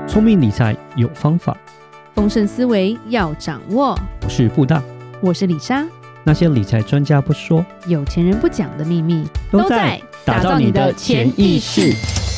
聪明理财有方法， 丰盛思维要掌握。 我是布大， 我是李莎。 那些理财专家不说， 有钱人不讲的秘密， 都在打造你的潜意识。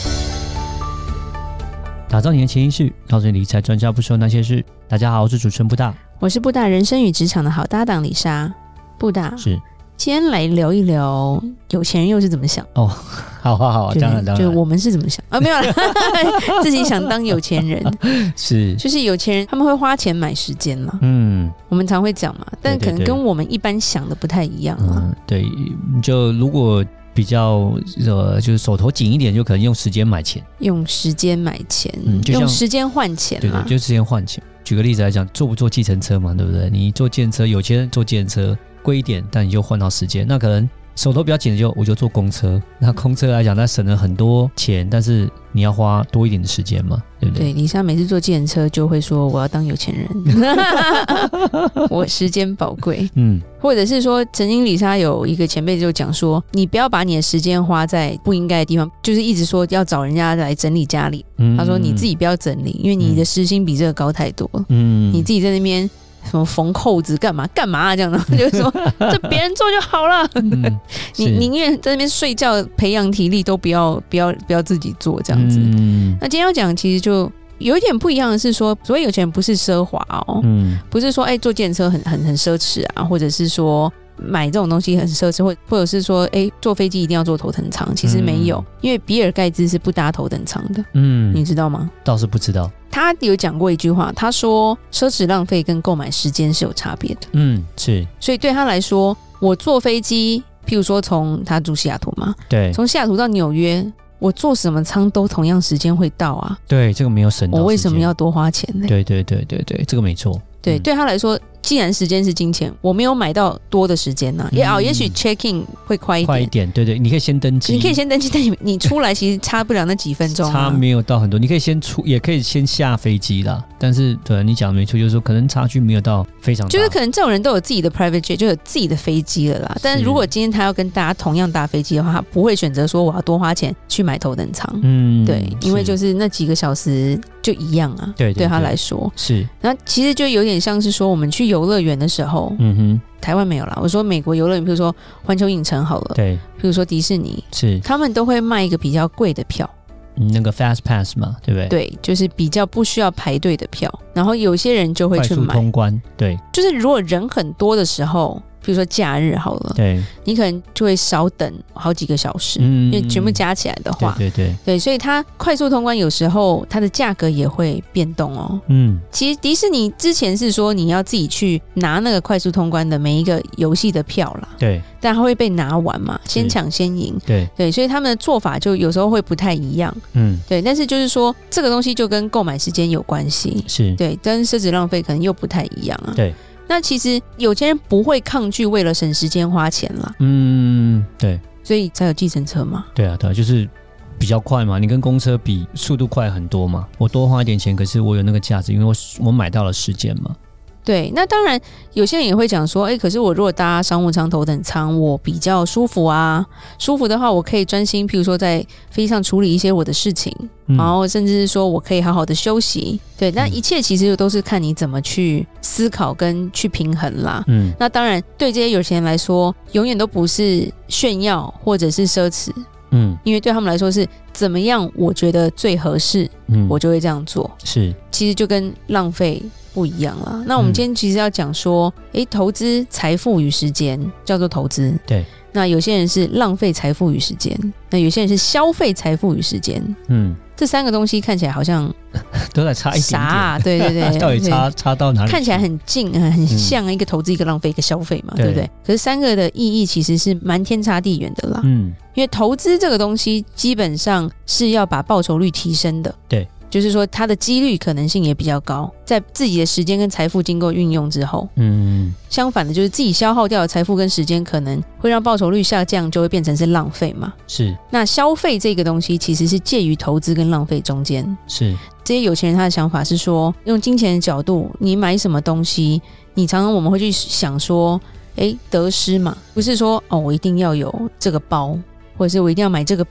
打造你的潜意识，告诉你理财专家不说那些事。大家好，我是主持人布大， 我是布大人生与职场的好搭档李莎。布大是今天来聊一聊有钱人又是怎么想哦。好啊好啊，当然就我们是怎么想啊？没有啦自己想当有钱人是， 就是有钱人他们会花钱买时间嘛，我们常会讲嘛，但可能跟我们一般想的不太一样啊。 对，就如果比较就是手头紧一点，就可能用时间买钱， 用时间买钱，用时间换钱嘛。 对，就时间换钱。举个例子来讲，坐不坐计程车嘛，对不对？你坐计程车，有钱人坐计程车贵一点，但你就换到时间。那可能手头比较紧的我就坐公车。那公车来讲，它省了很多钱，但是你要花多一点的时间嘛，对不对？ 对，李莎每次坐计程车就会说我要当有钱人我时间宝贵。或者是说曾经李莎有一个前辈就讲说，你不要把你的时间花在不应该的地方，就是一直说要找人家来整理家里。他说你自己不要整理，因为你的时薪比这个高太多了。你自己在那边什么缝扣子干嘛这样的，就是说这别人做就好了你宁愿在那边睡觉培养体力都不要自己做这样子。那今天要讲其实就有一点不一样的是说，所谓有钱人不是奢华哦，不是说坐计程车很奢侈啊，或者是说买这种东西很奢侈，或者是说坐飞机一定要坐头等舱，其实没有，因为比尔盖茨是不搭头等舱的。你知道吗？ 倒是不知道。 他有讲过一句话，他说奢侈浪费跟购买时间是有差别的。 是。 所以对他来说，我坐飞机，譬如说他住西雅图嘛， 对， 从西雅图到纽约，我坐什么舱都同样时间会到啊。 对，这个没有省到时间， 我为什么要多花钱呢？ 对，这个没错。 对，对他来说，既然时间是金钱，我没有买到多的时间也许 check in 会快一点， 对，你可以先登记， 但你出来其实差不了那几分钟差没有到很多，你可以先出，也可以先下飞机啦。但是对你讲的没错，就是说可能差距没有到非常大， 就是可能这种人都有自己的 private jet， 就有自己的飞机了啦。但是如果今天他要跟大家同样搭飞机的话，他不会选择说我要多花钱去买头等舱。对，因为就是那几个小时就一样啊。对他来说是。 然后其实就有点像是说我们去游乐园的时候，台湾没有啦，我说美国游乐园，比如说环球影城好了，对，比如说迪士尼，是他们都会卖一个比较贵的票， 那个 fast pass 嘛，对不对？ 对，就是比较不需要排队的票，然后有些人就会去买快速通关。对， 就是如果人很多的时候，比如说假日好了，对，你可能就会少等好几个小时，因为全部加起来的话，对，所以它快速通关有时候它的价格也会变动哦。其实迪士尼之前是说你要自己去拿那个快速通关的每一个游戏的票啦，对，但它会被拿完嘛，先抢先赢，对，所以他们的做法就有时候会不太一样，对，但是就是说这个东西就跟购买时间有关系，是对，但是奢侈浪费可能又不太一样啊，对。那其实有钱人不会抗拒为了省时间花钱啦，对，所以才有计程车嘛。对啊，就是比较快嘛，你跟公车比速度快很多嘛，我多花一点钱，可是我有那个价值，因为我买到了时间嘛。对，那当然有些人也会讲说，可是我如果搭商务舱头等舱，我比较舒服啊，舒服的话我可以专心，譬如说在飞机上处理一些我的事情，然后甚至是说我可以好好的休息。对，那一切其实都是看你怎么去思考跟去平衡啦。那当然对这些有钱人来说，永远都不是炫耀或者是奢侈，因为对他们来说是怎么样我觉得最合适，我就会这样做。是，其实就跟浪费不一样啦。那我们今天其实要讲说，投资财富与时间叫做投资，对。那有些人是浪费财富与时间，那有些人是消费财富与时间。这三个东西看起来好像都在差一点点， 傻，对， 到底差到哪里？ 看起来很近，很像一个投资，一个浪费，一个消费嘛，对不对？可是三个的意义其实是蛮天差地远的啦。因为投资这个东西基本上是要把报酬率提升的，对。就是说它的几率可能性也比较高，在自己的时间跟财富经过运用之后，相反的就是自己消耗掉的财富跟时间可能会让报酬率下降，就会变成是浪费嘛。是。那消费这个东西其实是介于投资跟浪费中间。是。这些有钱人他的想法是说，用金钱的角度，你买什么东西，你常常我们会去想说，得失嘛，不是说我一定要有这个包，或者是我一定要买这个表，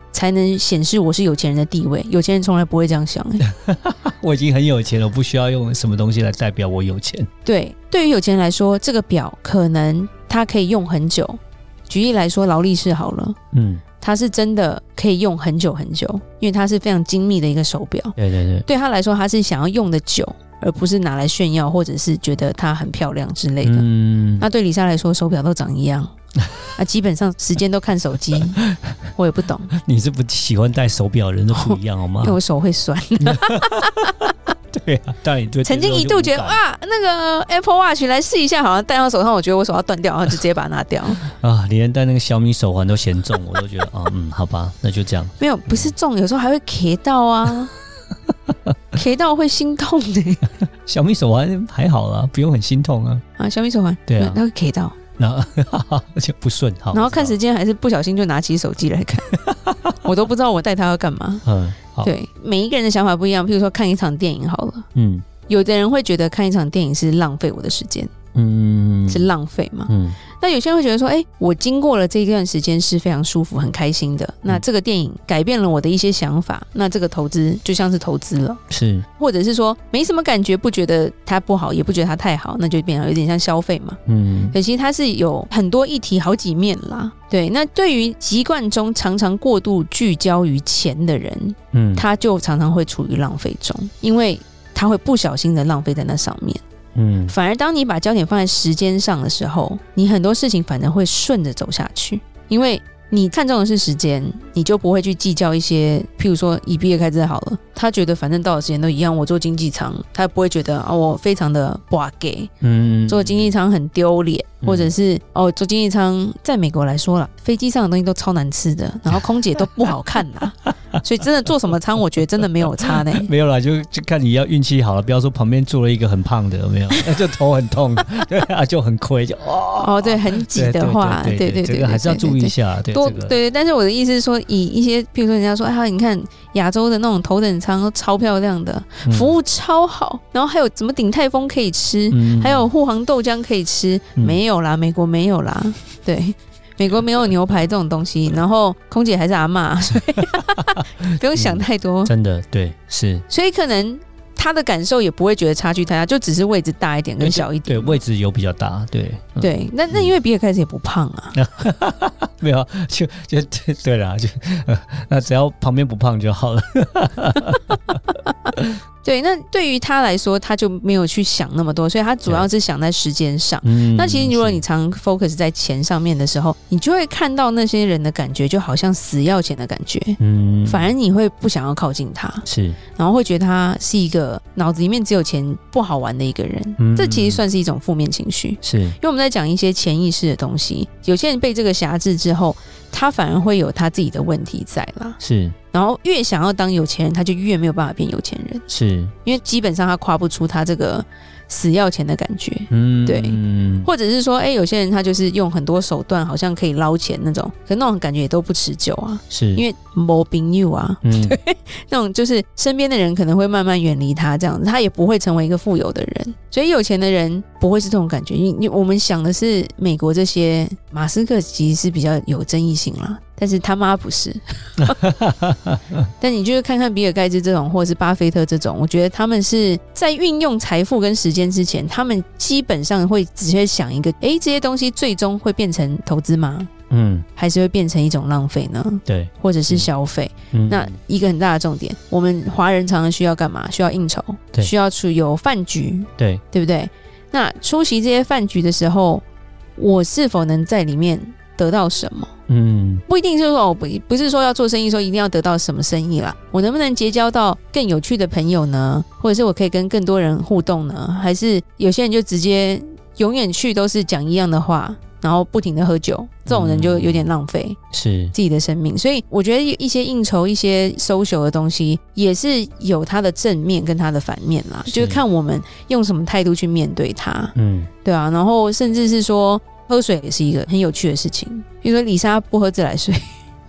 才能显示我是有钱人的地位。有钱人从来不会这样想我已经很有钱了，我不需要用什么东西来代表我有钱。 对，对于有钱人来说，这个表可能它可以用很久。举例来说，劳力士好了，它是真的可以用很久很久，因为它是非常精密的一个手表。 对对对， 对他来说，他是想要用的久，而不是拿来炫耀，或者是觉得它很漂亮之类的。那对李莎来说，手表都长一样。基本上时间都看手机，我也不懂。 你是不喜欢戴手表的人都不一样好吗？ 因为我手会酸。 对啊，当然对。 曾经一度觉得哇，那个 Apple Watch 来试一下，好像戴到手上，我觉得我手要断掉，然后就直接把它拿掉。 你连戴那个小米手环都嫌重，我都觉得好吧，那就这样。 没有，不是重，有时候还会 K 到啊，K 到会心痛的。 小米手环还好啦，不用很心痛啊。 小米手环，对啊，它会 K 到。然后而且不顺， 然后看时间还是不小心就拿起手机来看，我都不知道我带它要干嘛。对，每一个人的想法不一样。譬如说看一场电影好了，有的人会觉得看一场电影是浪费我的时间，是浪费嘛。那有些人会觉得说，我经过了这一段时间是非常舒服、很开心的。那这个电影改变了我的一些想法，那这个投资就像是投资了， 是， 或者是说没什么感觉，不觉得它不好，也不觉得它太好，那就变成有点像消费嘛。可惜它是有很多议题、好几面啦。对，那对于习惯中常常过度聚焦于钱的人，他就常常会处于浪费中，因为他会不小心的浪费在那上面。反而当你把焦点放在时间上的时候，你很多事情反而会顺着走下去，因为你看重的是时间，你就不会去计较一些，譬如说以毕业开支好了，他觉得反正到的时间都一样，我坐经济舱，他不会觉得我非常的不给，坐经济舱很丢脸，或者是坐经济舱，在美国来说啦，飞机上的东西都超难吃的，然后空姐都不好看啦。所以真的坐什么舱，我觉得真的没有差呢。 没有啦，就看你要运气好了，不要说旁边坐了一个很胖的，有没有？那就头很痛，对啊，就很亏，就对，很挤的话，对， 这个还是要注意一下， 对。但是我的意思是说，以一些，譬如说人家说，你看亚洲的那种头等舱都超漂亮的，服务超好，然后还有什么鼎泰丰可以吃，还有护航豆浆可以吃，没有啦，美国没有啦，对。美国没有牛排这种东西，然后空姐还是阿嬷，所以不用想太多。 真的，对，是。 所以可能他的感受也不会觉得差距太大，就只是位置大一点跟小一点。 对，位置有比较大，对。 对，那因为比尔盖茨也不胖啊。 没有，就对啦，那只要旁边不胖就好了。 对，那对于他来说，他就没有去想那么多，所以他主要是想在时间上。那其实如果你常 focus 在钱上面的时候，你就会看到那些人的感觉就好像死要钱的感觉，反而你会不想要靠近他， 是， 然后会觉得他是一个脑子里面只有钱不好玩的一个人，这其实算是一种负面情绪， 是， 因为我们在讲一些潜意识的东西，有些人被这个辖制之后，他反而会有他自己的问题在啦， 是。 然后越想要当有钱人，他就越没有办法变有钱人， 是因为基本上他跨不出他这个死要钱的感觉，对，或者是说，有些人他就是用很多手段，好像可以捞钱那种，可那种感觉也都不持久啊， 是因为没朋友啊，对，那种就是身边的人可能会慢慢远离他，这样子，他也不会成为一个富有的人，所以有钱的人不会是这种感觉。我们想的是美国这些马斯克其实是比较有争议性啦，但是他妈不是。但你就是看看比尔盖茨这种，或者是巴菲特这种，我觉得他们是在运用财富跟时间之前，他们基本上会只会想一个，这些东西最终会变成投资吗？还是会变成一种浪费呢？ 对， 或者是消费。那一个很大的重点，我们华人常常需要干嘛？需要应酬，需要有饭局， 对不对？那出席这些饭局的时候，我是否能在里面得到什么？不一定就是说不是说要做生意说一定要得到什么生意啦，我能不能结交到更有趣的朋友呢？或者是我可以跟更多人互动呢？还是有些人就直接永远去都是讲一样的话，然后不停的喝酒，这种人就有点浪费是自己的生命。所以我觉得一些应酬一些 social 的东西也是有它的正面跟它的反面啦，就是看我们用什么态度去面对它。对啊，然后甚至是说喝水也是一个很有趣的事情，比如说李莎不喝自来水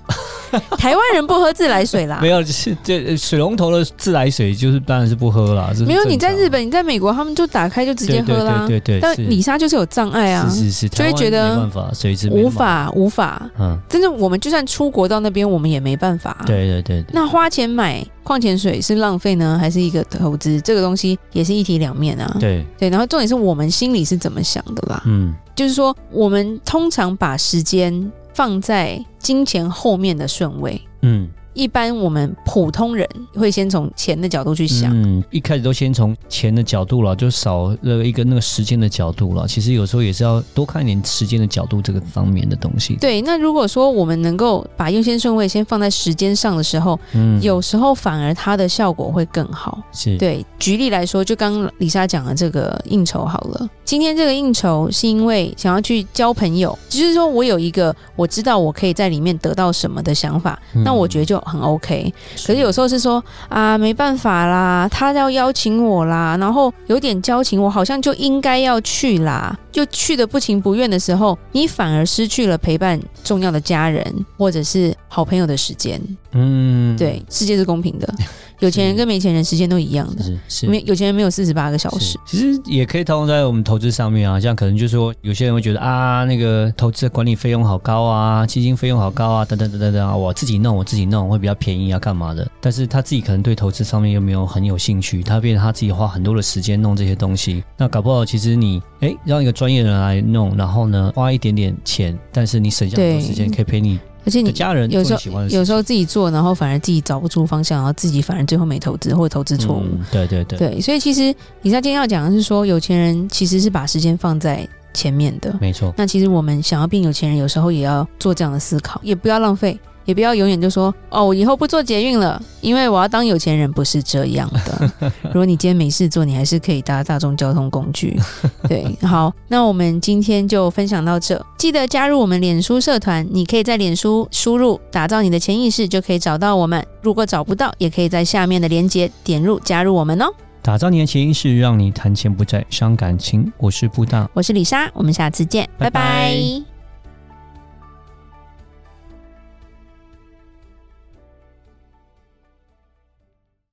台湾人不喝自来水啦。 没有，就是这水龙头的自来水就是当然是不喝啦。 没有，你在日本、你在美国，他们就打开就直接喝啦。 对。 但李莎就是有障碍啊， 是， 就会觉得没办法，水质无法。但是我们就算出国到那边，我们也没办法。 对。 那花钱买矿泉水是浪费呢，还是一个投资？这个东西也是一体两面啊。 对。 然后重点是我们心里是怎么想的啦。就是说我们通常把时间放在金钱后面的顺位。一般我们普通人会先从钱的角度去想， 一开始都先从钱的角度了，就少了一个那个时间的角度了。其实有时候也是要多看一点时间的角度这个方面的东西。 对，那如果说我们能够把优先顺位先放在时间上的时候，有时候反而它的效果会更好。 是， 对，举例来说，就刚刚李莎讲的这个应酬好了，今天这个应酬是因为想要去交朋友，就是说我有一个我知道我可以在里面得到什么的想法，那我觉得就很 OK。可是有时候是说啊，没办法啦，他要邀请我啦，然后有点交情，我好像就应该要去啦，就去的不情不愿的时候，你反而失去了陪伴重要的家人或者是好朋友的时间。对，世界是公平的，有钱人跟没钱人时间都一样的，是有钱人没有48个小时。 其实也可以套用在我们投资上面啊，像可能就是说有些人会觉得啊，那个投资的管理费用好高啊，基金费用好高啊，等等啊，我自己弄会比较便宜啊，干嘛的？但是他自己可能对投资上面又没有很有兴趣，他变成他自己花很多的时间弄这些东西，那搞不好其实你让一个专业的人来弄，然后呢花一点点钱，但是你省下很多时间可以陪你。而且你家人有时候自己做，然后反而自己找不出方向，然后自己反而最后没投资或者投资错误。对，所以其实李莎今天要讲的是说，有钱人其实是把时间放在前面的， 没错。 那其实我们想要变有钱人，有时候也要做这样的思考，也不要浪费。也不要永远就说哦，我以后不做捷运了，因为我要当有钱人，不是这样的。如果你今天没事做，你还是可以搭大众交通工具。对，好，那我们今天就分享到这，记得加入我们脸书社团，你可以在脸书输入打造你的潜意识就可以找到我们，如果找不到也可以在下面的连结点入加入我们哦。 打造你的潜意识，让你谈钱不再伤感情。我是布大， 我是李莎，我们下次见，拜拜。